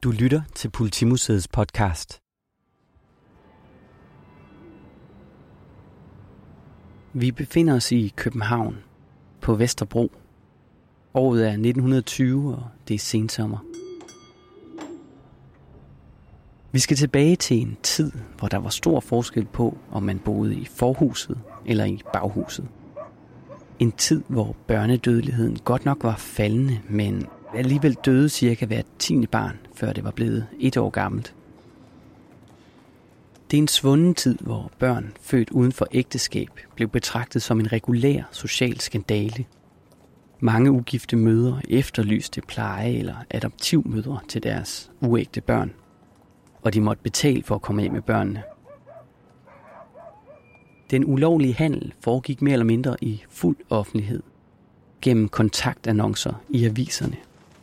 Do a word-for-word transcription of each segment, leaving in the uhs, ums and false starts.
Du lytter til Politimuseets podcast. Vi befinder os i København på Vesterbro. Året er nitten tyve, og det er sensommer. Vi skal tilbage til en tid, hvor der var stor forskel på, om man boede i forhuset eller i baghuset. En tid, hvor børnedødeligheden godt nok var faldende, men alligevel døde cirka hvert tiende barn, før det var blevet et år gammelt. Det er en svunden tid, hvor børn født uden for ægteskab blev betragtet som en regulær social skandale. Mange ugifte mødre efterlyste pleje- eller adoptivmødre til deres uægte børn, og de måtte betale for at komme af med børnene. Den ulovlige handel foregik mere eller mindre i fuld offentlighed, gennem kontaktannoncer i aviserne.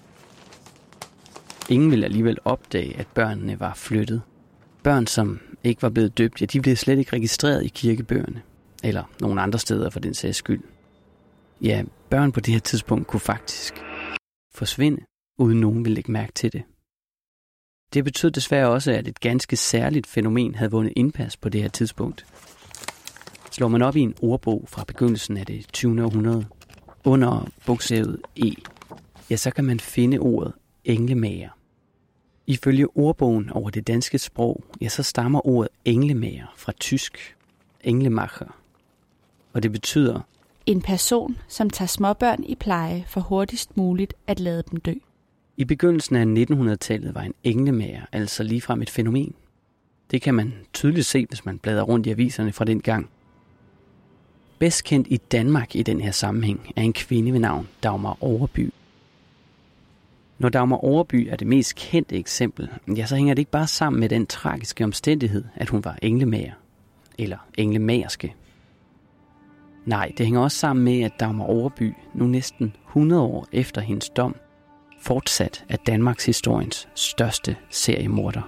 Ingen ville alligevel opdage, at børnene var flyttet. Børn, som ikke var blevet døbt, ja, de blev slet ikke registreret i kirkebøgerne, eller nogen andre steder for den sags skyld. Ja, børn på det her tidspunkt kunne faktisk forsvinde, uden nogen ville lægge mærke til det. Det betød desværre også, at et ganske særligt fænomen havde vundet indpas på det her tidspunkt. Slår man op i en ordbog fra begyndelsen af det tyvende århundrede, under bogstavet E, ja, så kan man finde ordet englemager. Ifølge ordbogen over det danske sprog, ja, så stammer ordet englemager fra tysk englemacher. Og det betyder en person, som tager småbørn i pleje for hurtigst muligt at lade dem dø. I begyndelsen af nittenhundredetallet var en englemager altså ligefrem et fænomen. Det kan man tydeligt se, hvis man bladrer rundt i aviserne fra den gang. Bedst kendt i Danmark i den her sammenhæng er en kvinde ved navn Dagmar Overby. Når Dagmar Overby er det mest kendte eksempel, ja, så hænger det ikke bare sammen med den tragiske omstændighed, at hun var englemager, eller englemagerske. Nej, det hænger også sammen med, at Dagmar Overby nu næsten hundrede år efter hendes dom, fortsat er Danmarks historiens største seriemorder.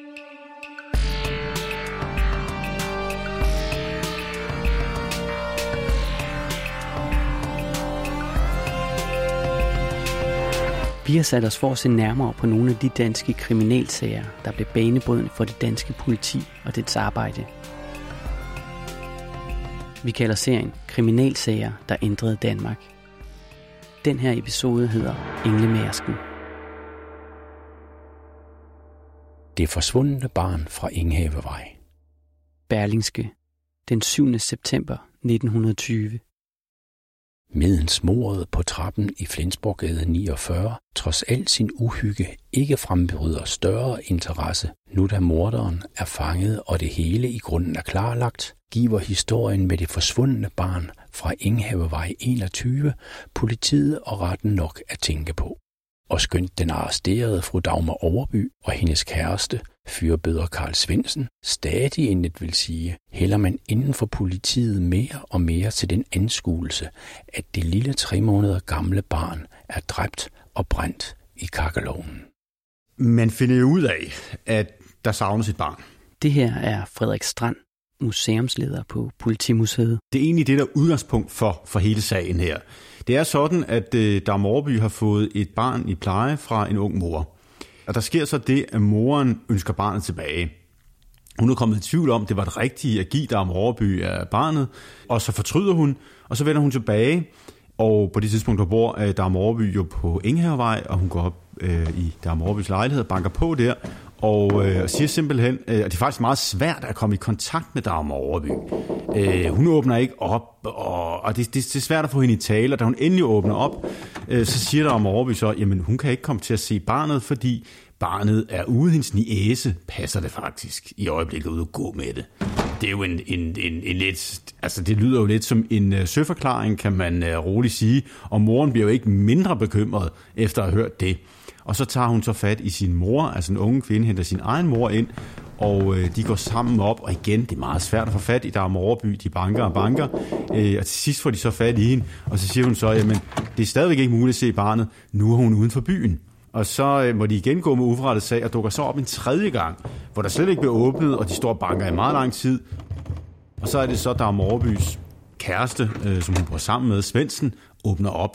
Vi har sat os for at se nærmere på nogle af de danske kriminalsager, der blev banebrydende for det danske politi og dets arbejde. Vi kalder serien Kriminalsager, der ændrede Danmark. Den her episode hedder Englemagersken. Det forsvundne barn fra Enghavevej. Berlingske, den syvende september nitten tyve. Medens mordet på trappen i Flensborggade niogfyrre, trods al sin uhygge, ikke frembryder større interesse, nu da morderen er fanget og det hele i grunden er klarlagt, giver historien med det forsvundne barn fra Enghavevej enogtyve politiet og retten nok at tænke på. Og skønt den arresterede fru Dagmar Overby og hendes kæreste, fyrbøder Karl Svendsen, stadig endet vil sige, hælder man inden for politiet mere og mere til den anskuelse, at det lille tre måneder gamle barn er dræbt og brændt i kakkelovnen. Man finder jo ud af, at der savnes et barn. Det her er Frederik Strand, museumsleder på Politimuseet. Det er egentlig det, der er udgangspunkt for, for hele sagen her. Det er sådan, at øh, Dagmar Overby har fået et barn i pleje fra en ung mor. Og der sker så det, at moren ønsker barnet tilbage. Hun er kommet i tvivl om, det var det rigtige at give Dagmar Overby af barnet. Og så fortryder hun, og så vender hun tilbage. Og på det tidspunkt, der bor øh, Dagmar Overby jo på Enghavevej, og hun går op øh, i Dagmar Overbys lejlighed og banker på der. Og øh, siger simpelthen, øh, at det er faktisk meget svært at komme i kontakt med Dagmar Overby. Øh, hun åbner ikke op, og, og det, det, det er svært at få hende i tale, og da hun endelig åbner op, øh, så siger Dagmar Overby så, jamen hun kan ikke komme til at se barnet, fordi barnet er ude, hendes niece passer det faktisk i øjeblikket ude at gå med det. Det er jo en, en, en, en lidt, altså det lyder jo lidt som en uh, søforklaring, kan man uh, roligt sige, og moren bliver jo ikke mindre bekymret efter at have hørt det. Og så tager hun så fat i sin mor, altså en unge kvinde, henter sin egen mor ind, og øh, de går sammen op, og igen, det er meget svært at få fat i Dagmar Overby, de banker og banker, øh, og til sidst får de så fat i hende, og så siger hun så, jamen, det er stadigvæk ikke muligt at se barnet, nu er hun uden for byen. Og så øh, må de igen gå med uforrettet sag, og dukker så op en tredje gang, hvor der slet ikke bliver åbnet, og de står og banker i meget lang tid. Og så er det så Dagmar Overbys kæreste, øh, som hun bor sammen med, Svendsen, åbner op,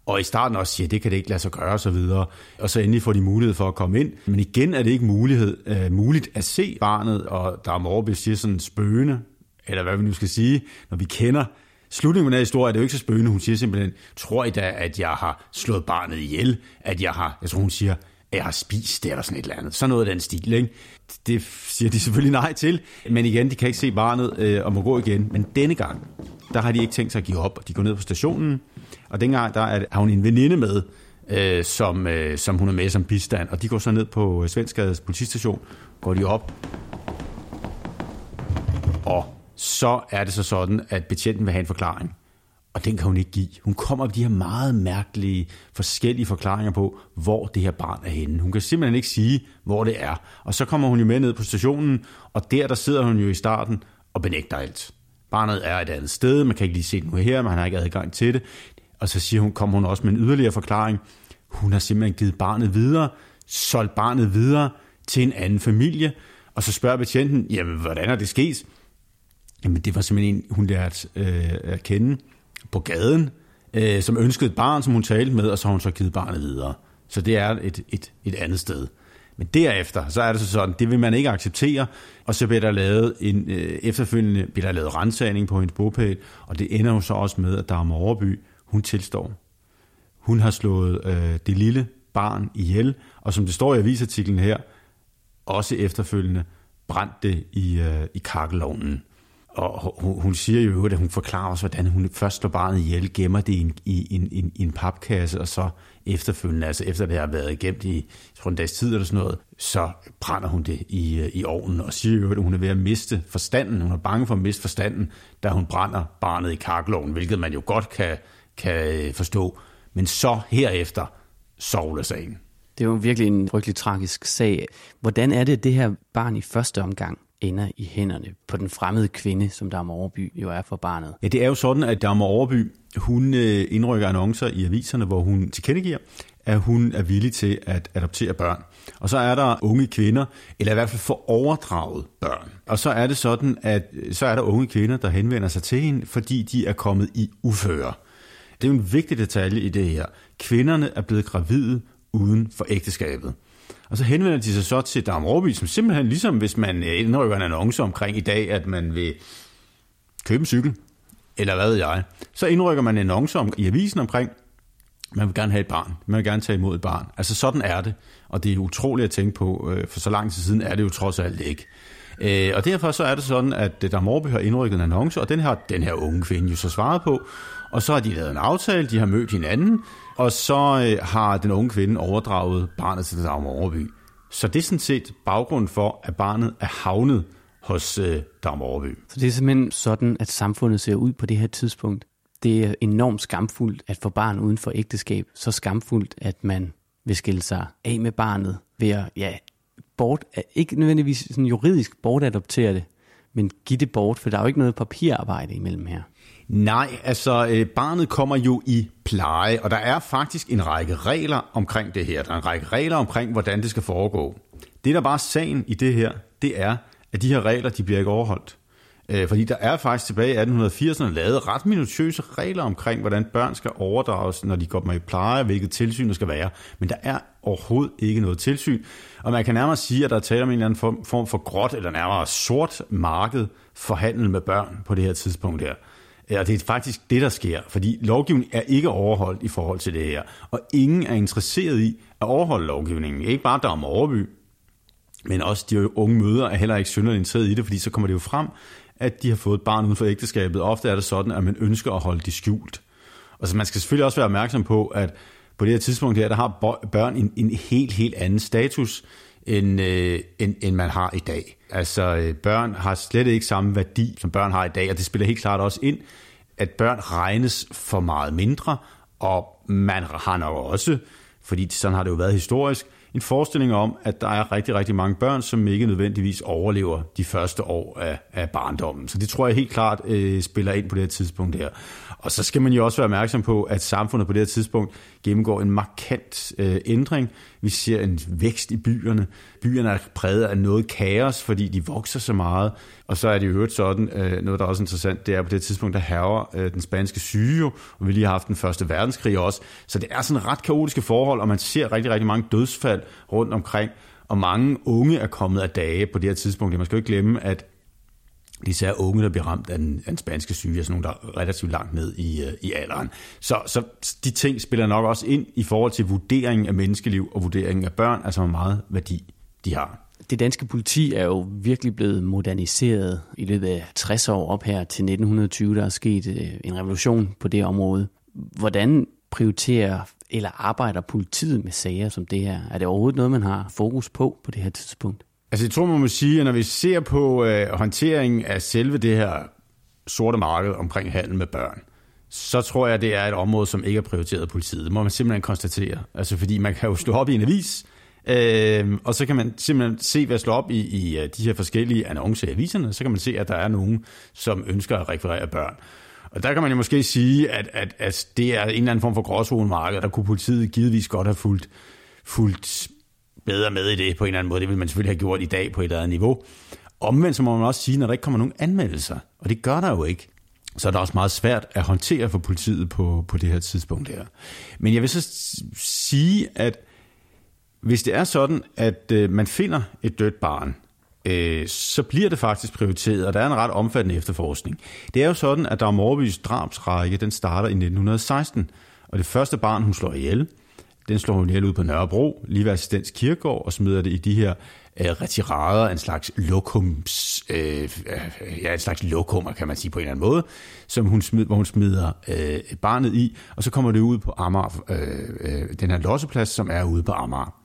og i starten også siger, det kan det ikke lade sig gøre og så videre, og så endelig får de mulighed for at komme ind. Men igen er det ikke mulighed, uh, muligt at se barnet, og der er Morby siger sådan spøgende, eller hvad vi nu skal sige, når vi kender slutningen af historien, er det jo ikke så spøgende. Hun siger simpelthen, tror I da, at jeg har slået barnet ihjel, at jeg har, jeg tror hun siger, at jeg har spist det eller sådan et eller andet. Sådan noget af den stil, ikke? Det siger de selvfølgelig nej til, men igen, de kan ikke se barnet øh, og må gå igen. Men denne gang, der har de ikke tænkt sig at give op, og de går ned på stationen, og dengang, der er, har hun en veninde med, øh, som, øh, som hun er med som bistand, og de går så ned på Svenskades politistation, går de op, og så er det så sådan, at betjenten vil have en forklaring. Og den kan hun ikke give. Hun kommer med de her meget mærkelige, forskellige forklaringer på, hvor det her barn er henne. Hun kan simpelthen ikke sige, hvor det er. Og så kommer hun jo med ned på stationen, og der, der sidder hun jo i starten og benægter alt. Barnet er et andet sted, man kan ikke lige se det nu her, men han har ikke adgang til det. Og så siger hun, kommer hun også med en yderligere forklaring. Hun har simpelthen givet barnet videre, solgt barnet videre til en anden familie. Og så spørger betjenten, jamen, hvordan er det sket? Jamen, det var simpelthen en, hun lærte øh, at kende på gaden, øh, som ønskede et barn, som hun talte med, og så har hun så givet barnet videre. Så det er et, et, et andet sted. Men derefter, så er det så sådan, det vil man ikke acceptere, og så bliver der lavet en, øh, efterfølgende bliver der lavet ransagning på hendes bopæl, og det ender jo så også med, at Dagmar Overby, hun tilstår. Hun har slået øh, det lille barn ihjel, og som det står i avisartiklen her, også efterfølgende brændt det i, øh, i kakkelovnen. Og hun siger jo, at hun forklarer også, hvordan hun først slår barnet ihjel, gemmer det i en, i, en, i, en, i en papkasse, og så efterfølgende, altså efter det har været gemt i en dags tid eller sådan noget, så brænder hun det i, i ovnen, og siger jo, at hun er ved at miste forstanden. Hun er bange for at miste forstanden, da hun brænder barnet i kakkelovnen, hvilket man jo godt kan, kan forstå. Men så herefter sovler sagen. Det er jo virkelig en frygtelig tragisk sag. Hvordan er det, at det her barn i første omgang ender i hænderne på den fremmede kvinde, som Dagmar Overby jo er for barnet? Ja, det er jo sådan, at Dagmar Overby, hun indrykker annoncer i aviserne, hvor hun tilkendegiver, at hun er villig til at adoptere børn. Og så er der unge kvinder, eller i hvert fald få overdraget børn. Og så er det sådan, at så er der unge kvinder, der henvender sig til hende, fordi de er kommet i uføre. Det er jo en vigtig detalje i det her. Kvinderne er blevet gravide uden for ægteskabet. Og så henvender de sig så til Dagmar Overby, som simpelthen ligesom hvis man indrykker en annonce omkring i dag, at man vil købe en cykel, eller hvad ved jeg, så indrykker man en annonce om, i avisen omkring, man vil gerne have et barn, man vil gerne tage imod et barn. Altså sådan er det, og det er utroligt at tænke på, for så lang tid siden er det jo trods alt ikke. Og derfor så er det sådan, at Dagmar Overby har indrykket en annonce, og den har den her unge kvinde jo så svaret på, og så har de lavet en aftale, de har mødt hinanden, og så øh, har den unge kvinde overdraget barnet til Dagmar Overby. Så det er sådan set baggrund for, at barnet er havnet hos øh, Dagmar Overby. Så det er simpelthen sådan, at samfundet ser ud på det her tidspunkt. Det er enormt skamfuldt at få barn uden for ægteskab. Så skamfuldt, at man vil skille sig af med barnet ved at, ja, bort, ikke nødvendigvis sådan juridisk bortadoptere det, men give det bort, for der er jo ikke noget papirarbejde imellem her. Nej, altså øh, barnet kommer jo i pleje, og der er faktisk en række regler omkring det her. Der er en række regler omkring, hvordan det skal foregå. Det, der bare er sagen i det her, det er, at de her regler, de bliver ikke overholdt. Øh, fordi der er faktisk tilbage i atten firserne lavet ret minutiøse regler omkring, hvordan børn skal overdrages, når de går med i pleje, hvilket tilsyn der skal være. Men der er overhovedet ikke noget tilsyn. Og man kan nærmere sige, at der er tale om en eller anden form, form for gråt, eller nærmere sort marked for handel med børn på det her tidspunkt her. Og det er faktisk det, der sker, fordi lovgivningen er ikke overholdt i forhold til det her. Og ingen er interesseret i at overholde lovgivningen. Ikke bare Dagmar Overby, men også de unge mødre er heller ikke synderligt interesseret i det, fordi så kommer det jo frem, at de har fået et barn uden for ægteskabet. Ofte er det sådan, at man ønsker at holde det skjult. Og så man skal selvfølgelig også være opmærksom på, at på det her tidspunkt her, der har børn en, en helt, helt anden status, end, øh, end, end man har i dag. Altså øh, børn har slet ikke samme værdi, som børn har i dag, og det spiller helt klart også ind, at børn regnes for meget mindre, og man har nok også, fordi sådan har det jo været historisk, en forestilling om, at der er rigtig, rigtig mange børn, som ikke nødvendigvis overlever de første år af, af barndommen. Så det tror jeg helt klart øh, spiller ind på det her tidspunkt her. Og så skal man jo også være opmærksom på, at samfundet på det her tidspunkt gennemgår en markant øh, ændring. Vi ser en vækst i byerne. Byerne er præget af noget kaos, fordi de vokser så meget. Og så er det jo øvrigt sådan, øh, noget der er også interessant, det er på det tidspunkt, der hærger øh, den spanske syge, og vi lige har haft den første verdenskrig også. Så det er sådan ret kaotiske forhold, og man ser rigtig, rigtig mange dødsfald rundt omkring. Og mange unge er kommet af dage på det her tidspunkt. Man skal jo ikke glemme, at de især unge, der bliver ramt af den, af den spanske syge, er sådan nogle, der er relativt langt ned i, uh, i alderen. Så, så de ting spiller nok også ind i forhold til vurderingen af menneskeliv og vurderingen af børn, altså hvor meget værdi de har. Det danske politi er jo virkelig blevet moderniseret i løbet af tres år op her til nitten tyve. Der er sket uh, en revolution på det område. Hvordan prioriterer eller arbejder politiet med sager som det her? Er det overhovedet noget, man har fokus på på det her tidspunkt? Altså jeg tror, man må sige, at når vi ser på øh, håndteringen af selve det her sorte marked omkring handel med børn, så tror jeg, det er et område, som ikke er prioriteret af politiet. Det må man simpelthen konstatere. Altså fordi man kan jo slå op i en avis, øh, og så kan man simpelthen se, hvad slå op i, i de her forskellige annoncer i aviserne, så kan man se, at der er nogen, som ønsker at rekvirere børn. Og der kan man jo måske sige, at, at, at det er en eller anden form for gråzonemarked, der kunne politiet givetvis godt have fulgt, fulgt bedre med i det på en eller anden måde. Det vil man selvfølgelig have gjort i dag på et eller andet niveau. Omvendt så må man også sige, når der ikke kommer nogen anmeldelser, og det gør der jo ikke, så er det også meget svært at håndtere for politiet på, på det her tidspunkt her. Men jeg vil så sige, at hvis det er sådan, at øh, man finder et dødt barn, øh, så bliver det faktisk prioriteret, og der er en ret omfattende efterforskning. Det er jo sådan, at Dagmar Overbys drabsrække, den starter i nitten seksten, og det første barn, hun slår ihjel, den slår hun ihjel ud på Nørrebro, lige ved Assistens Kirkegård, og smider det i de her øh, retirader, en slags lokums, øh, ja, en slags lokummer, kan man sige på en eller anden måde, som hun smid, hvor hun smider øh, barnet i, og så kommer det ud på Amager, øh, øh, den her losseplads, som er ude på Amager.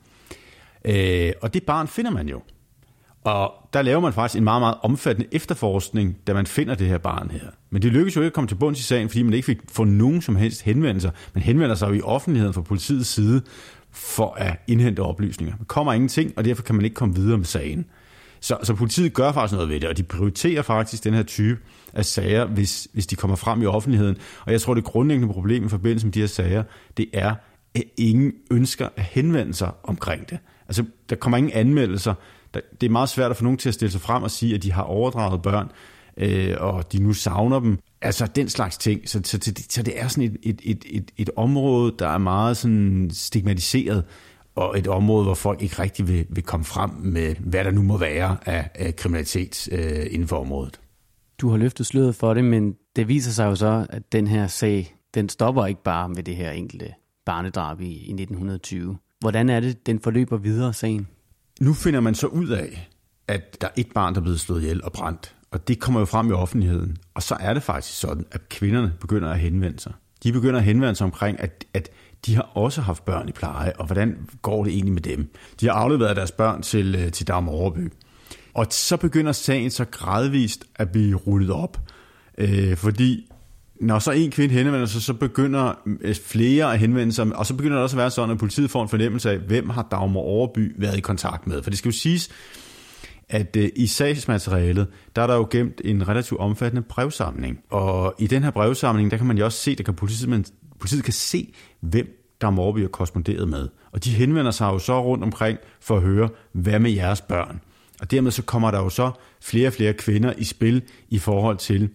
Øh, og det barn finder man jo. Og der laver man faktisk en meget, meget omfattende efterforskning, da man finder det her barn her. Men det lykkes jo ikke at komme til bunds i sagen, fordi man ikke fik få nogen som helst henvendelser. Man henvender sig jo i offentligheden fra politiets side for at indhente oplysninger. Der kommer ingenting, og derfor kan man ikke komme videre med sagen. Så, så politiet gør faktisk noget ved det, og de prioriterer faktisk den her type af sager, hvis, hvis de kommer frem i offentligheden. Og jeg tror, det grundlæggende problem i forbindelse med de her sager, det er, at ingen ønsker at henvende sig omkring det. Altså, der kommer ingen anmeldelser. Det er meget svært at få nogen til at stille sig frem og sige, at de har overdraget børn, øh, og de nu savner dem. Altså den slags ting. Så, så, så det er sådan et, et, et, et, et område, der er meget sådan stigmatiseret, og et område, hvor folk ikke rigtig vil, vil komme frem med, hvad der nu må være af, af kriminalitet øh, inden for området. Du har løftet sløret for det, men det viser sig jo så, at den her sag, den stopper ikke bare med det her enkelte barnedrab i, i nitten tyve. Hvordan er det, den forløber videre, sagen? Nu finder man så ud af, at der er et barn, der er blevet slået ihjel og brændt. Og det kommer jo frem i offentligheden. Og så er det faktisk sådan, at kvinderne begynder at henvende sig. De begynder at henvende sig omkring, at, at de har også haft børn i pleje, og hvordan går det egentlig med dem? De har afleveret deres børn til, til Dagmar Overby. Og så begynder sagen så gradvist at blive rullet op. Øh, fordi når så en kvinde henvender sig, så begynder flere at henvende sig, og så begynder det også at være sådan, at politiet får en fornemmelse af, hvem har Dagmar Overby været i kontakt med. For det skal jo siges, at øh, i sagsmaterialet, der er der jo gemt en relativt omfattende brevsamling. Og i den her brevsamling, der kan man jo også se, der kan politiet, man, politiet kan se, hvem Dagmar Overby er korresponderet med. Og de henvender sig jo så rundt omkring for at høre, hvad med jeres børn? Og dermed så kommer der jo så flere og flere kvinder i spil i forhold til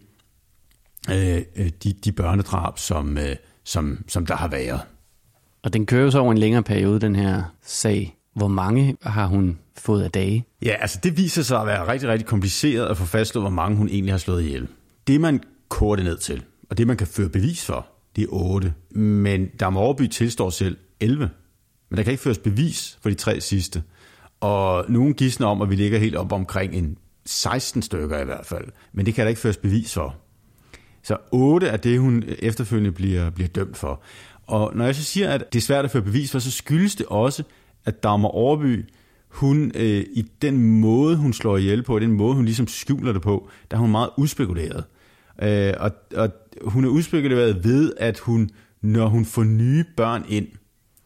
øh, de, de børnedrab, som, øh, som, som der har været. Og den kører jo så over en længere periode, den her sag. Hvor mange har hun fået af dage? Ja, altså det viser sig at være rigtig, rigtig kompliceret at få fastslået, hvor mange hun egentlig har slået ihjel. Det man koger det ned til, og det man kan føre bevis for, det er otte. Men Dagmar Overby tilstår selv elleve. Men der kan ikke føres bevis for de tre sidste. Og nogen gisner om, at vi ligger helt op omkring en seksten stykker i hvert fald. Men det kan der ikke føres bevis for. Så otte er det, hun efterfølgende bliver, bliver dømt for. Og når jeg så siger, at det er svært at føre bevis for, så skyldes det også, at Dagmar Overby, hun øh, i den måde, hun slår ihjel på, den måde, hun ligesom skjuler det på, der er hun meget udspekuleret. Øh, og, og hun er udspekuleret ved, at hun, når hun får nye børn ind,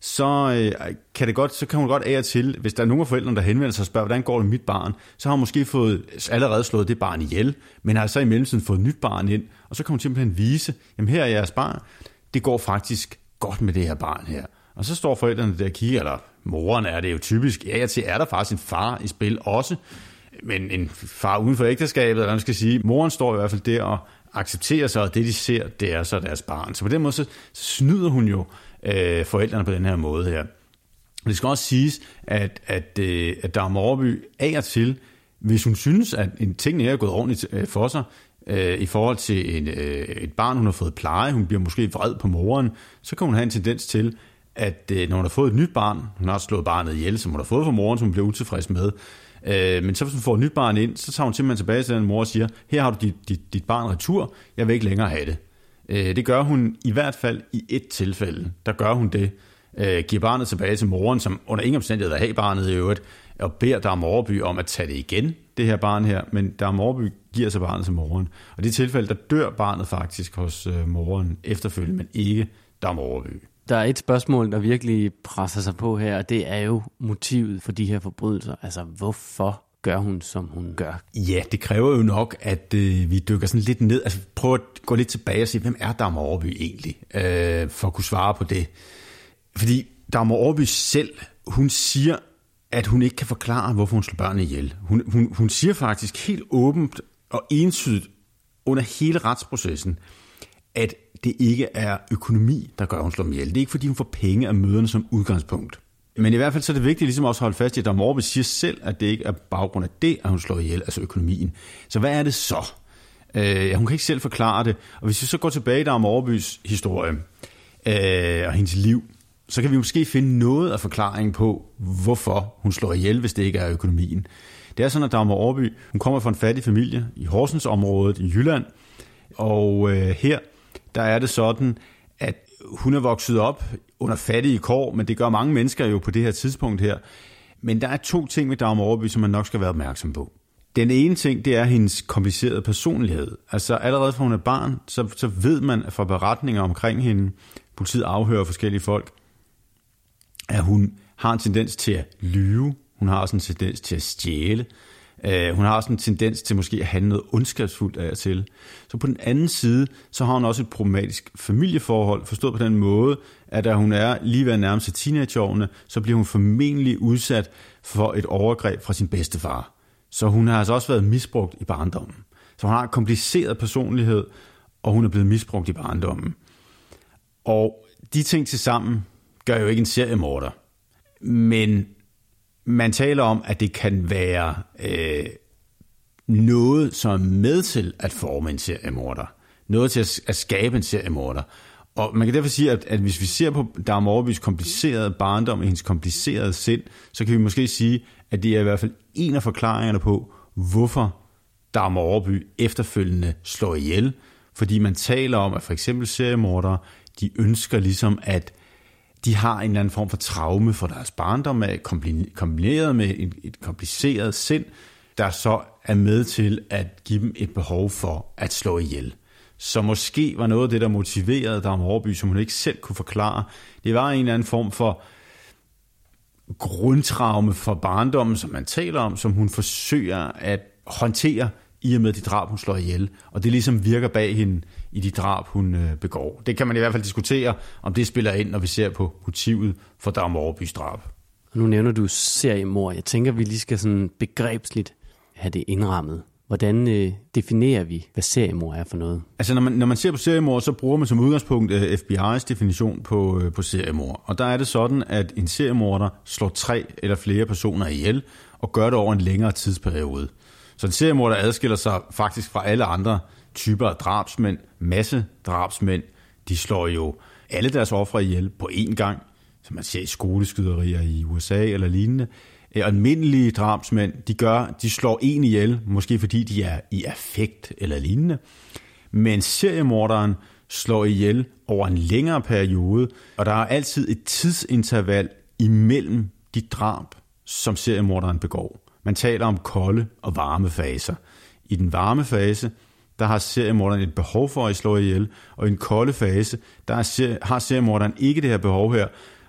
så øh, kan det godt, så kan hun godt af og til, hvis der er nogen af forældrene, der henvender sig og spørger, hvordan går det med mit barn, så har hun måske fået allerede slået det barn ihjel, men har så i mellemtiden fået et nyt barn ind, og så kan hun simpelthen vise, jamen her er jeres barn, det går faktisk godt med det her barn her. Og så står forældrene der og kigger, eller moren er det jo typisk, ja, jeg til er der faktisk en far i spil også, men en far uden for ægteskabet, eller hvad man skal sige. Moren står i hvert fald der og accepterer sig, og det de ser, det er så deres barn. Så på den måde, så snyder hun jo øh, forældrene på den her måde her. Og det skal også siges, at, at, øh, at Dagmar Overby af og til, hvis hun synes, at en ting er gået ordentligt øh, for sig, øh, i forhold til en, øh, et barn, hun har fået pleje, hun bliver måske vred på moren, så kan hun have en tendens til, at øh, når hun har fået et nyt barn, hun har slået barnet ihjel, som hun har fået fra moren, som hun bliver utilfreds med, øh, men så hvis hun får et nyt barn ind, så tager hun simpelthen tilbage til den mor og siger, her har du dit, dit, dit barn retur, jeg vil ikke længere have det. Øh, det gør hun i hvert fald i et tilfælde, der gør hun det, øh, giver barnet tilbage til moren, som under ingen omstændighed vil have barnet i øvrigt, og beder Dagmar Overby om at tage det igen, det her barn her, men Dagmar Overby giver sig barnet til moren. Og i det tilfælde, der dør barnet faktisk hos øh, moren efterfølgende, men ikke Dagmar Overby. Der er et spørgsmål, der virkelig presser sig på her, og det er jo motivet for de her forbrydelser. Altså, hvorfor gør hun, som hun gør? Ja, det kræver jo nok, at øh, vi dykker sådan lidt ned, altså prøver at gå lidt tilbage og sige, hvem er Dagmar Overby egentlig, øh, for at kunne svare på det. Fordi Dagmar Overby selv, hun siger, at hun ikke kan forklare, hvorfor hun slår børnene ihjel. Hun, hun, hun siger faktisk helt åbent og entydigt under hele retsprocessen, at det ikke er økonomi, der gør, at hun slår dem ihjel. Det er ikke, fordi hun får penge af møderne som udgangspunkt. Men i hvert fald så er det vigtigt ligesom også at holde fast i, at Dagmar Overby siger selv, at det ikke er baggrund af det, at hun slår ihjel, altså økonomien. Så hvad er det så? Øh, hun kan ikke selv forklare det. Og hvis vi så går tilbage i Dagmar Overbys historie øh, og hendes liv, så kan vi måske finde noget af forklaringen på, hvorfor hun slår ihjel, hvis det ikke er økonomien. Det er sådan, at Dagmar Overby, hun kommer fra en fattig familie i Horsensområdet i Jylland, og øh, her, der er det sådan, at hun er vokset op under fattige kår, men det gør mange mennesker jo på det her tidspunkt her. Men der er to ting med Dagmar Overby, som man nok skal være opmærksom på. Den ene ting, det er hendes komplicerede personlighed. Altså allerede fra hun er barn, så, så ved man fra beretninger omkring hende, politiet afhører forskellige folk, at hun har en tendens til at lyve, hun har også en tendens til at stjæle, hun har også en tendens til måske at handle noget ondskabsfuldt af og til. Så på den anden side, så har hun også et problematisk familieforhold, forstået på den måde, at da hun er lige ved nærmest teenageårene, så bliver hun formentlig udsat for et overgreb fra sin bedstefar. Så hun har altså også været misbrugt i barndommen. Så hun har en kompliceret personlighed, og hun er blevet misbrugt i barndommen. Og de ting til sammen gør jo ikke en seriemorder. Men man taler om, at det kan være øh, noget, som er med til at forme en seriemorder. Noget til at, at skabe en seriemorder. Og man kan derfor sige, at, at hvis vi ser på Dagmar Overbys komplicerede barndom og hendes komplicerede sind, så kan vi måske sige, at det er i hvert fald en af forklaringerne på, hvorfor Dagmar Overby efterfølgende slår ihjel. Fordi man taler om, at for eksempel seriemordere, de ønsker ligesom, at de har en eller anden form for traume for deres barndom, kombineret med et, et kompliceret sind, der så er med til at give dem et behov for at slå ihjel. Så måske var noget af det, der motiverede Dagmar Overby, som hun ikke selv kunne forklare, det var en eller anden form for grundtraume for barndommen, som man taler om, som hun forsøger at håndtere i og med de drab, hun slår ihjel. Og det ligesom virker bag hende i de drab, hun begår. Det kan man i hvert fald diskutere, om det spiller ind, når vi ser på motivet for Dagmar Overbys drab. Nu nævner du seriemord. Jeg tænker, vi lige skal sådan begrebsligt have det indrammet. Hvordan øh, definerer vi, hvad seriemord er for noget? Altså, når man, når man ser på seriemord, så bruger man som udgangspunkt uh, F B I's definition på, uh, på seriemord. Og der er det sådan, at en seriemorder slår tre eller flere personer ihjel, og gør det over en længere tidsperiode. Så en seriemorder adskiller sig faktisk fra alle andre typer af drabsmænd, masse drabsmænd. De slår jo alle deres ofre ihjel på én gang, som man ser i skoleskyderier i U S A eller lignende. Almindelige drabsmænd, de, gør, de slår en ihjel, måske fordi de er i affekt eller lignende. Men seriemorderen slår ihjel over en længere periode, og der er altid et tidsinterval imellem de drab, som seriemorderen begår. Man taler om kolde og varme faser. I den varme fase, der har seriemorderen et behov for at slå ihjel, og i den kolde fase, der er, har seriemorderen ikke det her behov her,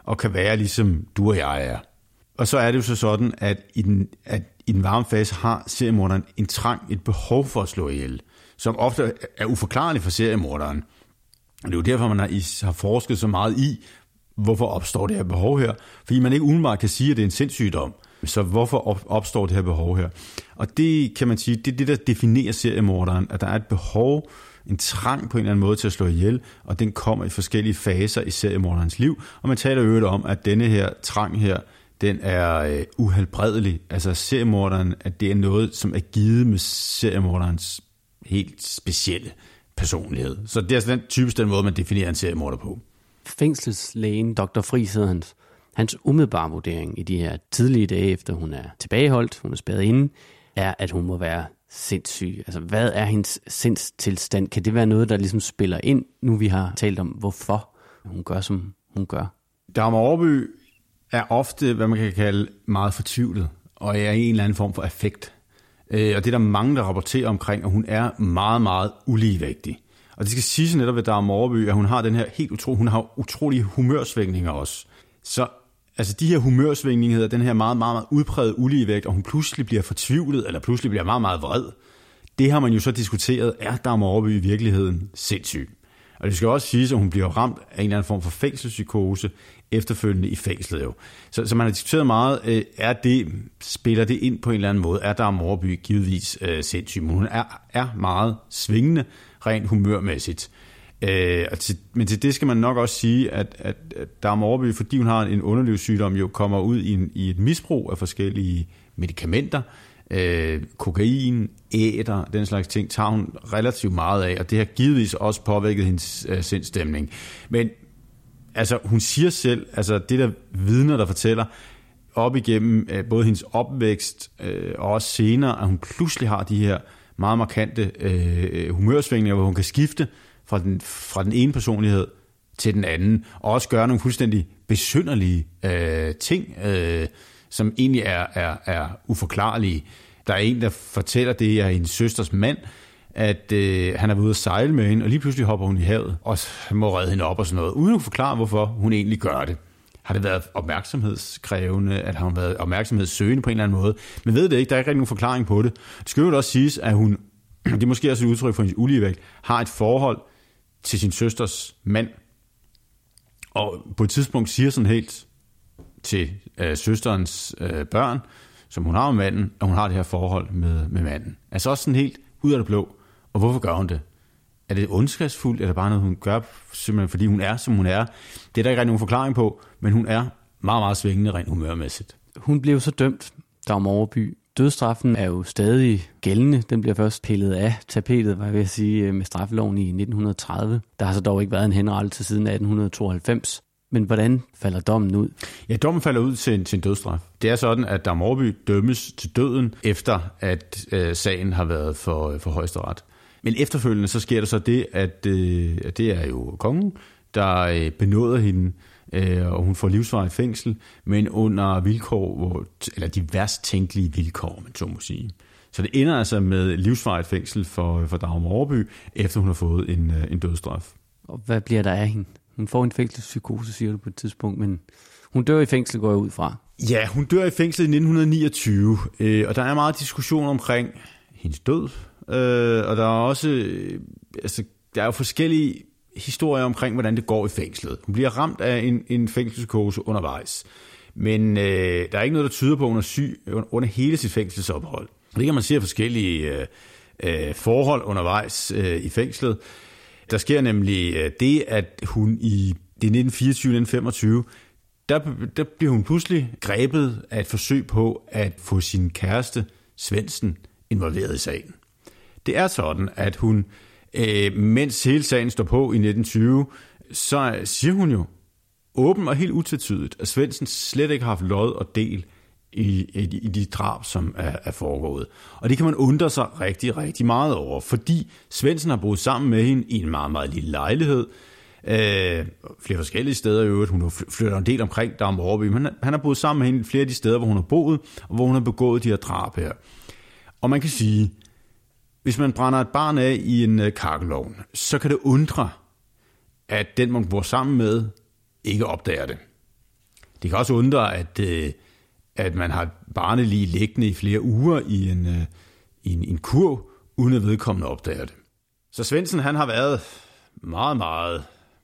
og kan være ligesom du og jeg er. Og så er det jo så sådan, at i den, at i den varme fase har seriemorderen en trang, et behov for at slå ihjel, som ofte er uforklarligt for seriemorderen. Og det er jo derfor, man har, har forsket så meget i, hvorfor opstår det her behov her. Fordi man ikke umiddelbart kan sige, at det er en sindssygdom. Så hvorfor opstår det her behov her? Og det kan man sige, det er det, der definerer seriemorderen, at der er et behov, en trang på en eller anden måde til at slå ihjel, og den kommer i forskellige faser i seriemorderens liv. Og man taler jo om, at denne her trang her, den er øh, uhelbredelig. Altså seriemorderen, at det er noget, som er givet med seriemorderens helt specielle personlighed. Så det er altså den typisk den måde, man definerer en seriemorder på. Fængselslægen, doktor Friis hedder hans, hans umiddelbare vurdering i de her tidlige dage, efter hun er tilbageholdt, hun er spærret inde, er, at hun må være sindssyg. Altså, hvad er hendes sindstilstand? Kan det være noget, der ligesom spiller ind, nu vi har talt om, hvorfor hun gør, som hun gør? Dagmar Overby er ofte, hvad man kan kalde, meget fortvivlet, og er i en eller anden form for affekt. Og det er der mange, der rapporterer omkring, at hun er meget, meget uligevægtig. Og det skal siges netop ved Dagmar Overby, at hun har den her helt utrolig, hun har utrolige humørsvingninger også. Så altså de her humørsvingninger, den her meget, meget, meget udpræget uligevægt, og hun pludselig bliver fortvivlet, eller pludselig bliver meget, meget vred, det har man jo så diskuteret, er Dagmar Overby i virkeligheden sindssyg? Og det skal også siges, at hun bliver ramt af en eller anden form for fængselspsykose efterfølgende i fængslet jo. Så, så man har diskuteret meget, er det, spiller det ind på en eller anden måde? Er Dagmar Overby givetvis øh, sindssyg? Men hun er, er meget svingende, rent humørmæssigt. Øh, og til, men til det skal man nok også sige, at, at, at Dagmar Overby, fordi hun har en underlivssygdom, jo kommer ud i, en, i et misbrug af forskellige medicamenter. Øh, kokain, æter, den slags ting, tager hun relativt meget af, og det har givetvis også påvirket hendes øh, sindstemning. Men altså, hun siger selv, altså det der vidner, der fortæller op igennem øh, både hendes opvækst øh, og også senere, at hun pludselig har de her meget markante øh, humørsvingninger, hvor hun kan skifte fra den, fra den ene personlighed til den anden, og også gøre nogle fuldstændig besynderlige øh, ting, øh, som egentlig er, er, er uforklarlige. Der er en, der fortæller, det er hendes søsters mand, at øh, han er ude at sejle med hende, og lige pludselig hopper hun i havet, og må redde hende op og sådan noget, uden at forklare, hvorfor hun egentlig gør det. Har det været opmærksomhedskrævende, at har hun været opmærksomhedssøgende på en eller anden måde? Men ved det ikke, der er ikke rigtig nogen forklaring på det. Det skal jo også siges, at hun, det er måske også et udtryk for hendes uligevægt, har et forhold til sin søsters mand, og på et tidspunkt siger sådan helt til øh, søsterens øh, børn, som hun har med manden, at hun har det her forhold med, med manden. Altså også sådan helt ud af det blå. Og hvorfor gør hun det? Er det ondskabsfuldt, eller bare noget, hun gør, simpelthen fordi hun er, som hun er? Det er der ikke rigtig nogen forklaring på, men hun er meget, meget svingende rent humørmæssigt. Hun blev så dømt, Dagmar Overby. Dødsstraffen er jo stadig gældende. Den bliver først pillet af tapetet, hvad jeg vil sige, med straffeloven i nitten tredive. Der har så dog ikke været en henrettelse siden atten tooghalvfems. Men hvordan falder dommen ud? Ja, dommen falder ud til en, til en dødsstraf. Det er sådan, at Dagmar Overby dømmes til døden, efter at øh, sagen har været for, for højesteret. Men efterfølgende så sker der så det, at, øh, at det er jo kongen, der øh, benåder hende, øh, og hun får livsvarigt fængsel, men under vilkår, hvor, eller de værst tænkelige vilkår, man så må sige. Så det ender altså med livsvarigt fængsel for, for Dagmar Overby, efter hun har fået en, en dødsstraf. Og hvad bliver der af hende? Hun får en fængselspsykose, siger du på et tidspunkt, men hun dør i fængsel, går jeg ud fra. Ja, hun dør i fængsel i nitten niogtyve, øh, og der er meget diskussion omkring hendes død. Øh, og der er også, øh, altså, der er jo forskellige historier omkring, hvordan det går i fængslet. Hun bliver ramt af en, en fængselspsykose undervejs, men øh, der er ikke noget, der tyder på, at hun er syg under hele sit fængselsophold. Det kan man se af forskellige øh, øh, forhold undervejs øh, i fængslet. Der sker nemlig det, at hun i det nitten fireogtyve nitten femogtyve, der, der bliver hun pludselig grebet af et forsøg på at få sin kæreste, Svendsen, involveret i sagen. Det er sådan, at hun, øh, mens hele sagen står på i nitten tyve, så siger hun jo åben og helt utvetydigt, at Svendsen slet ikke har haft lod og del i, i, i de drab, som er, er foregået. Og det kan man undre sig rigtig, rigtig meget over, fordi Svendsen har boet sammen med hende i en meget, meget lille lejlighed. Øh, flere forskellige steder i øvrigt. Hun flytter en del omkring Dagmar Overby, men han, han har boet sammen med hende flere af de steder, hvor hun har boet, og hvor hun har begået de her drab her. Og man kan sige, hvis man brænder et barn af i en uh, kakkelovn, så kan det undre, at den, man bor sammen med, ikke opdager det. Det kan også undre, at, øh, at man har barnelig liggende i flere uger i en, øh, i en, en kurv, uden at vedkommende opdager det. Så Svendsen, han har været meget, meget...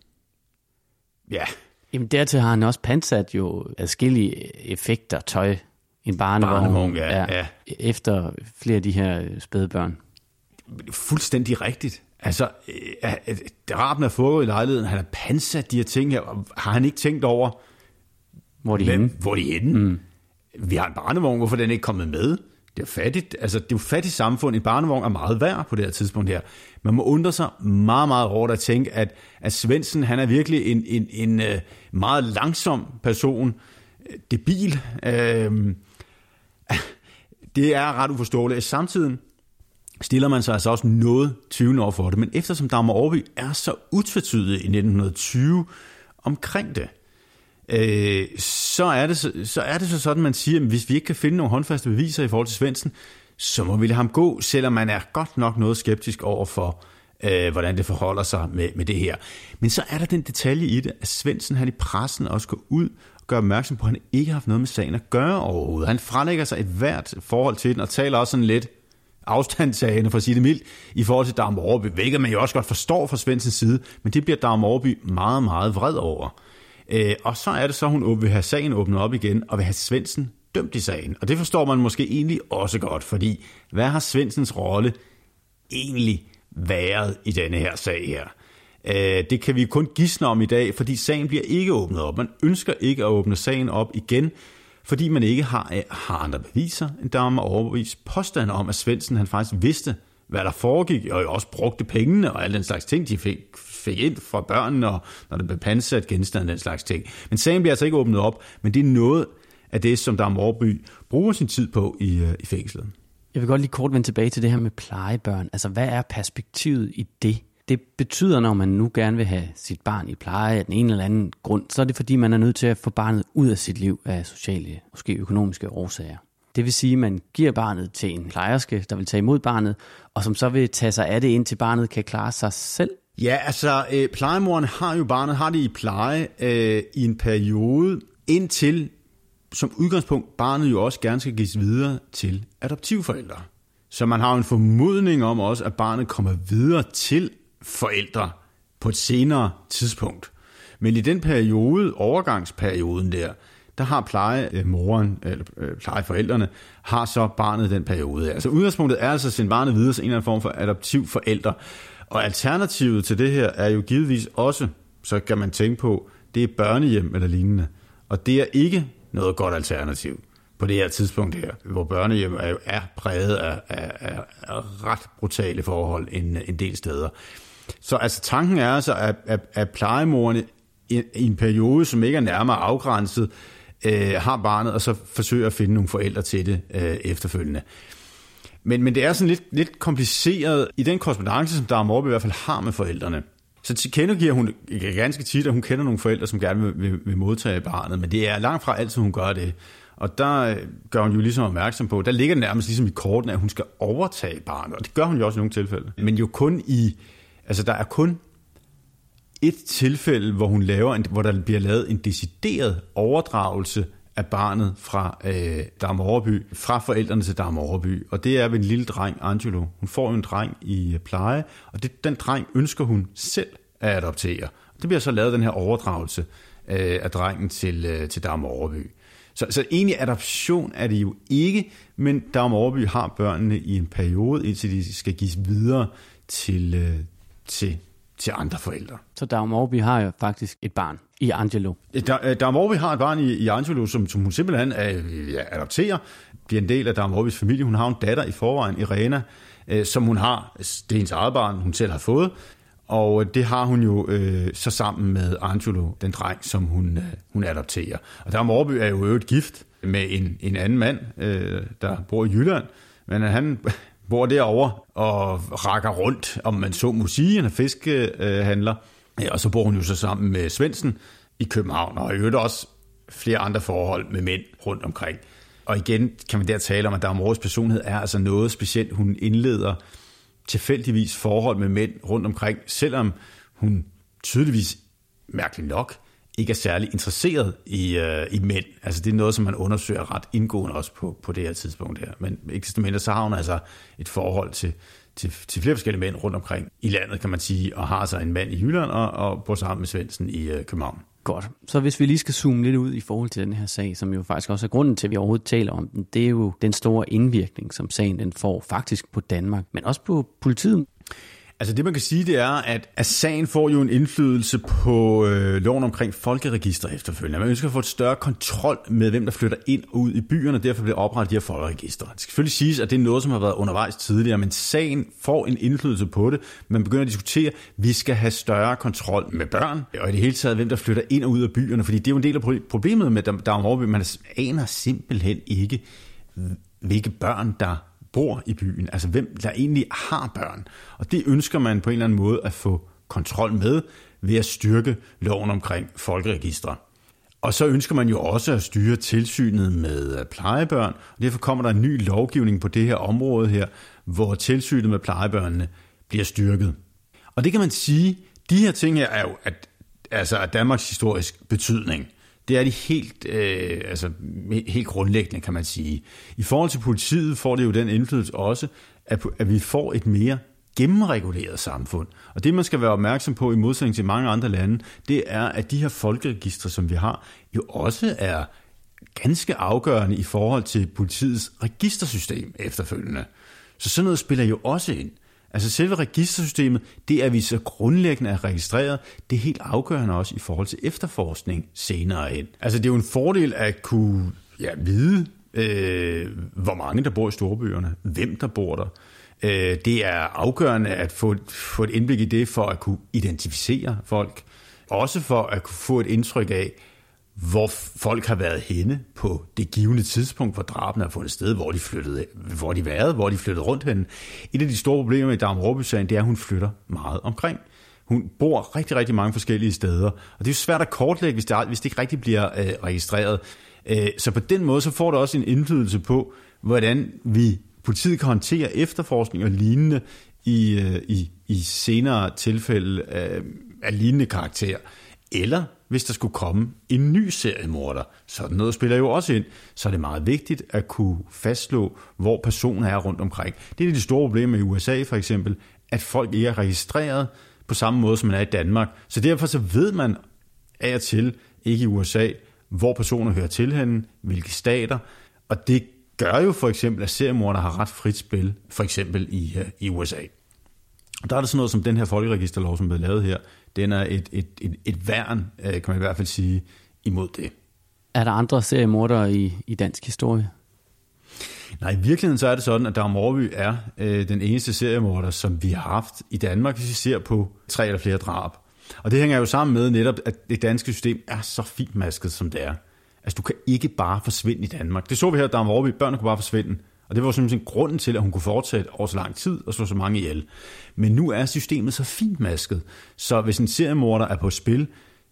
Ja. Jamen dertil har han også pansat jo adskillige effekter, tøj, en barnevogn, barnevogn ja, ja. ja. efter flere af de her spædbørn. Fuldstændig rigtigt. Altså, øh, draben er foregået i lejligheden, han har pansat de her ting her, har han ikke tænkt over, hvor de er henne? Hvor de er henne. Mm. Vi har en barnevogn, hvorfor den ikke er kommet med? Det er fattigt. Altså, det er jo fattigt samfund. En barnevogn er meget værd på det her tidspunkt her. Man må undre sig meget, meget hårdt at tænke, at, at Svendsen, han er virkelig en, en, en uh, meget langsom person. Debil. Uh, det er ret uforståeligt. I samtiden stiller man sig altså også noget tvivlende over for det. Men eftersom Dagmar Overby er så utvetydig i nitten tyve omkring det, Øh, så, er det så, så er det så sådan, man siger, at hvis vi ikke kan finde nogle håndfaste beviser i forhold til Svendsen, så må vi lade ham gå, selvom man er godt nok noget skeptisk over for, øh, hvordan det forholder sig med, med det her. Men så er der den detalje i det, at Svendsen, han i pressen også går ud og gør opmærksom på, at han ikke har haft noget med sagen at gøre overhovedet. Han fralægger sig et hvert forhold til den, og taler også sådan lidt afstandtagende, for at sige det mildt, i forhold til Dagmar Overby, hvilket man jo også godt forstår fra Svendsens side, men det bliver Dagmar Overby meget, meget vred over. Øh, og så er det så, hun vil have sagen åbnet op igen, og vil have Svendsen dømt i sagen. Og det forstår man måske egentlig også godt, fordi hvad har Svendsens rolle egentlig været i denne her sag her? Øh, det kan vi kun gisne om i dag, fordi sagen bliver ikke åbnet op. Man ønsker ikke at åbne sagen op igen, fordi man ikke har, har andre beviser, end der er overbevist påstand om, at Svendsen han faktisk vidste, hvad der foregik, og også brugte pengene og alle den slags ting, de fik, fik ind fra børnene, og når det blev pansat genstand og den slags ting. Men sagen bliver altså ikke åbnet op, men det er noget af det, som Dagmar Overby bruger sin tid på i, i fængslet. Jeg vil godt lige kort vende tilbage til det her med plejebørn. Altså, hvad er perspektivet i det? Det betyder, når man nu gerne vil have sit barn i pleje af den ene eller anden grund, så er det fordi, man er nødt til at få barnet ud af sit liv af sociale, måske økonomiske årsager. Det vil sige, at man giver barnet til en plejerske, der vil tage imod barnet, og som så vil tage sig af det, indtil barnet kan klare sig selv. Ja, altså øh, plejemoren har jo barnet, har det i pleje øh, i en periode, indtil som udgangspunkt barnet jo også gerne skal gives videre til adoptivforældre. Så man har jo en formodning om også, at barnet kommer videre til forældre på et senere tidspunkt. Men i den periode, overgangsperioden der, der har plejemoren, eller plejeforældrene, har så barnet den periode. Altså udgangspunktet er altså at sende barnet videre til en eller anden form for adoptivforældre. Og alternativet til det her er jo givetvis også, så kan man tænke på, det er børnehjem eller lignende. Og det er ikke noget godt alternativ på det her tidspunkt her, hvor børnehjem er, er præget af, af, af, af ret brutale forhold en, en del steder. Så altså tanken er altså, at, at, at plejemorerne i, i en periode, som ikke er nærmere afgrænset, øh, har barnet, og så forsøger at finde nogle forældre til det øh, efterfølgende. Men, men det er sådan lidt, lidt kompliceret i den korrespondance, som Dagmar Overby i hvert fald har med forældrene. Så tilkendegiver hun ganske tit, at hun kender nogle forældre, som gerne vil, vil, vil modtage barnet, men det er langt fra altid, hun gør det. Og der gør hun jo ligesom opmærksom på, der ligger nærmest ligesom i korten, at hun skal overtage barnet, og det gør hun jo også i nogle tilfælde. Men jo kun i, altså der er kun et tilfælde, hvor hun laver, en, hvor der bliver lavet en decideret overdragelse af barnet fra øh, Dagmar Overby, fra forældrene til Dagmar Overby, og det er ved en lille dreng, Angelo. Hun får jo en dreng i pleje, og det, den dreng ønsker hun selv at adoptere. Det bliver så lavet den her overdragelse øh, af drengen til, øh, til Dagmar Overby. Så, så egentlig adoption er det jo ikke, men Dagmar Overby har børnene i en periode, indtil de skal gives videre til, øh, til, til andre forældre. Så Dagmar Overby har jo faktisk et barn i Angelo. Dagmar Overby har et barn i, i Angelo, som, som hun simpelthen øh, ja, adopterer, bliver en del af Dagmar Overbys familie. Hun har en datter i forvejen, Irena, øh, som hun har, det er hendes eget barn, hun selv har fået, og det har hun jo øh, så sammen med Angelo, den dreng, som hun, øh, hun adopterer. Og Dagmar Overby er jo øvrigt gift med en, en anden mand, øh, der bor i Jylland, men han bor derovre og rakker rundt, om man så må sige, han er fiskehandler, øh, og så bor hun jo så sammen med Svendsen i København, og i øvrigt også flere andre forhold med mænd rundt omkring. Og igen kan man der tale om, at Dagmar Overbys personlighed er altså noget specielt. Hun indleder tilfældigvis forhold med mænd rundt omkring, selvom hun tydeligvis, mærkeligt nok, ikke er særlig interesseret i, øh, i mænd. Altså det er noget, som man undersøger ret indgående også på, på det her tidspunkt her. Men ikke desto mindre, så har hun altså et forhold til, til, til flere forskellige mænd rundt omkring i landet, kan man sige, og har altså en mand i Jylland og, og bor sammen med Svendsen i øh, København. Godt. Så hvis vi lige skal zoome lidt ud i forhold til den her sag, som jo faktisk også er grunden til, at vi overhovedet taler om den, det er jo den store indvirkning, som sagen den får faktisk på Danmark, men også på politiet. Altså det man kan sige, det er, at, at sagen får jo en indflydelse på øh, loven omkring folkeregister efterfølgende. Man ønsker at få et større kontrol med, hvem der flytter ind og ud i byerne, og derfor bliver oprettet de her folkeregister. Det skal selvfølgelig siges, at det er noget, som har været undervejs tidligere, men sagen får en indflydelse på det. Man begynder at diskutere, at vi skal have større kontrol med børn, og i det hele taget, hvem der flytter ind og ud af byerne, fordi det er jo en del af problemet med Dagmar. Man aner simpelthen ikke, hvilke børn, der bor i byen, altså hvem der egentlig har børn. Og det ønsker man på en eller anden måde at få kontrol med ved at styrke loven omkring folkeregistre. Og så ønsker man jo også at styre tilsynet med plejebørn, og derfor kommer der en ny lovgivning på det her område her, hvor tilsynet med plejebørnene bliver styrket. Og det kan man sige, de her ting her er jo at, altså af Danmarks historisk betydning. Det er de helt, øh, altså, helt grundlæggende, kan man sige. I forhold til politiet får det jo den indflydelse også, at, at vi får et mere gennemreguleret samfund. Og det, man skal være opmærksom på i modsætning til mange andre lande, det er, at de her folkeregistre, som vi har, jo også er ganske afgørende i forhold til politiets registersystem efterfølgende. Så sådan noget spiller jo også ind. Altså selve registersystemet, det er vi så grundlæggende er registreret, det er helt afgørende også i forhold til efterforskning senere ind. Altså det er jo en fordel at kunne ja, vide, øh, hvor mange der bor i storbyerne, hvem der bor der. Øh, det er afgørende at få, få et indblik i det for at kunne identificere folk, også for at kunne få et indtryk af, hvor folk har været henne på det givende tidspunkt, hvor drabene har fundet sted, hvor de flyttede, hvor de været, hvor de flyttede rundt henne. Et af de store problemer med Dagmar Raaby-sagen, det er, at hun flytter meget omkring. Hun bor rigtig, rigtig mange forskellige steder, og det er jo svært at kortlægge, hvis det, hvis det ikke rigtig bliver øh, registreret. Øh, så på den måde, så får det også en indflydelse på, hvordan vi politiet kan håndtere efterforskning og lignende i, øh, i, i senere tilfælde øh, af lignende karakter. Eller hvis der skulle komme en ny seriemorder, sådan noget spiller jo også ind, så er det meget vigtigt at kunne fastslå, hvor personen er rundt omkring. Det er det store problem med U S A for eksempel, at folk ikke er registreret på samme måde, som man er i Danmark. Så derfor så ved man af og til, ikke i U S A, hvor personer hører til henne, hvilke stater, og det gør jo for eksempel, at seriemorder har ret frit spil, for eksempel i, i U S A. Og der er der sådan noget som den her folkeregisterlov, som er lavet her, den er et, et, et, et værn, kan man i hvert fald sige, imod det. Er der andre seriemordere i, i dansk historie? Nej, i virkeligheden så er det sådan, at Dagmar Raaby er øh, den eneste seriemorder, som vi har haft i Danmark, hvis vi ser på tre eller flere drab. Og det hænger jo sammen med netop, at det danske system er så fintmasket, som det er. Altså, du kan ikke bare forsvinde i Danmark. Det så vi her, at Dagmar Raaby, børnene kunne bare forsvinde. Og det var simpelthen grunden til, at hun kunne fortsætte over så lang tid og slå så mange ihjel. Men nu er systemet så fintmasket, så hvis en seriemorder er på spil,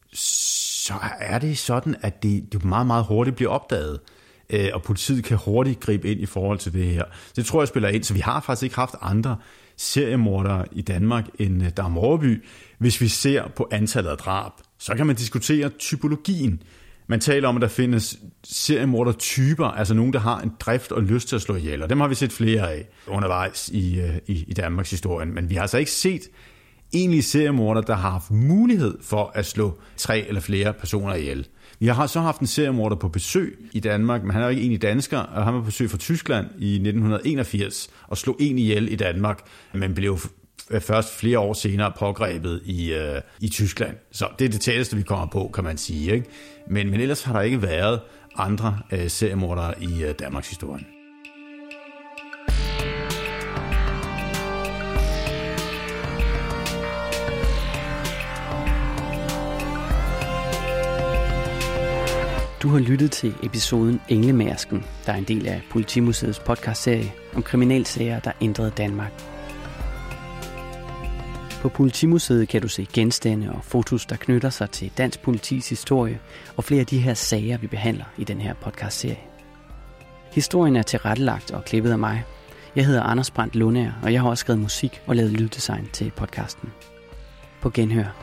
så er det sådan, at det, det meget, meget hurtigt bliver opdaget. Og politiet kan hurtigt gribe ind i forhold til det her. Det tror jeg spiller ind, så vi har faktisk ikke haft andre seriemordere i Danmark end Dagmar Raaby. Hvis vi ser på antallet af drab, så kan man diskutere typologien. Man taler om, at der findes seriemordertyper, altså nogen, der har en drift og lyst til at slå ihjel, og dem har vi set flere af undervejs i, i, i Danmarks historie. Men vi har altså ikke set egentlige seriemorder, der har haft mulighed for at slå tre eller flere personer ihjel. Vi har så haft en seriemorder på besøg i Danmark, men han er jo ikke egentlig dansker, og han var på besøg fra Tyskland i nitten enogfirs og slog en ihjel i Danmark, men blev først flere år senere pågrebet i, øh, i Tyskland. Så det er det tætteste, vi kommer på, kan man sige. Ikke? Men, men ellers har der ikke været andre øh, seriemordere i øh, Danmarks historie. Du har lyttet til episoden Englemærsken, der er en del af Politimuseets podcastserie om kriminalsager, der ændrede Danmark. På Politimuseet kan du se genstande og fotos, der knytter sig til dansk politis historie og flere af de her sager, vi behandler i den her podcastserie. Historien er tilrettelagt og klippet af mig. Jeg hedder Anders Brandt Lundager, og jeg har også skrevet musik og lavet lyddesign til podcasten. På genhør.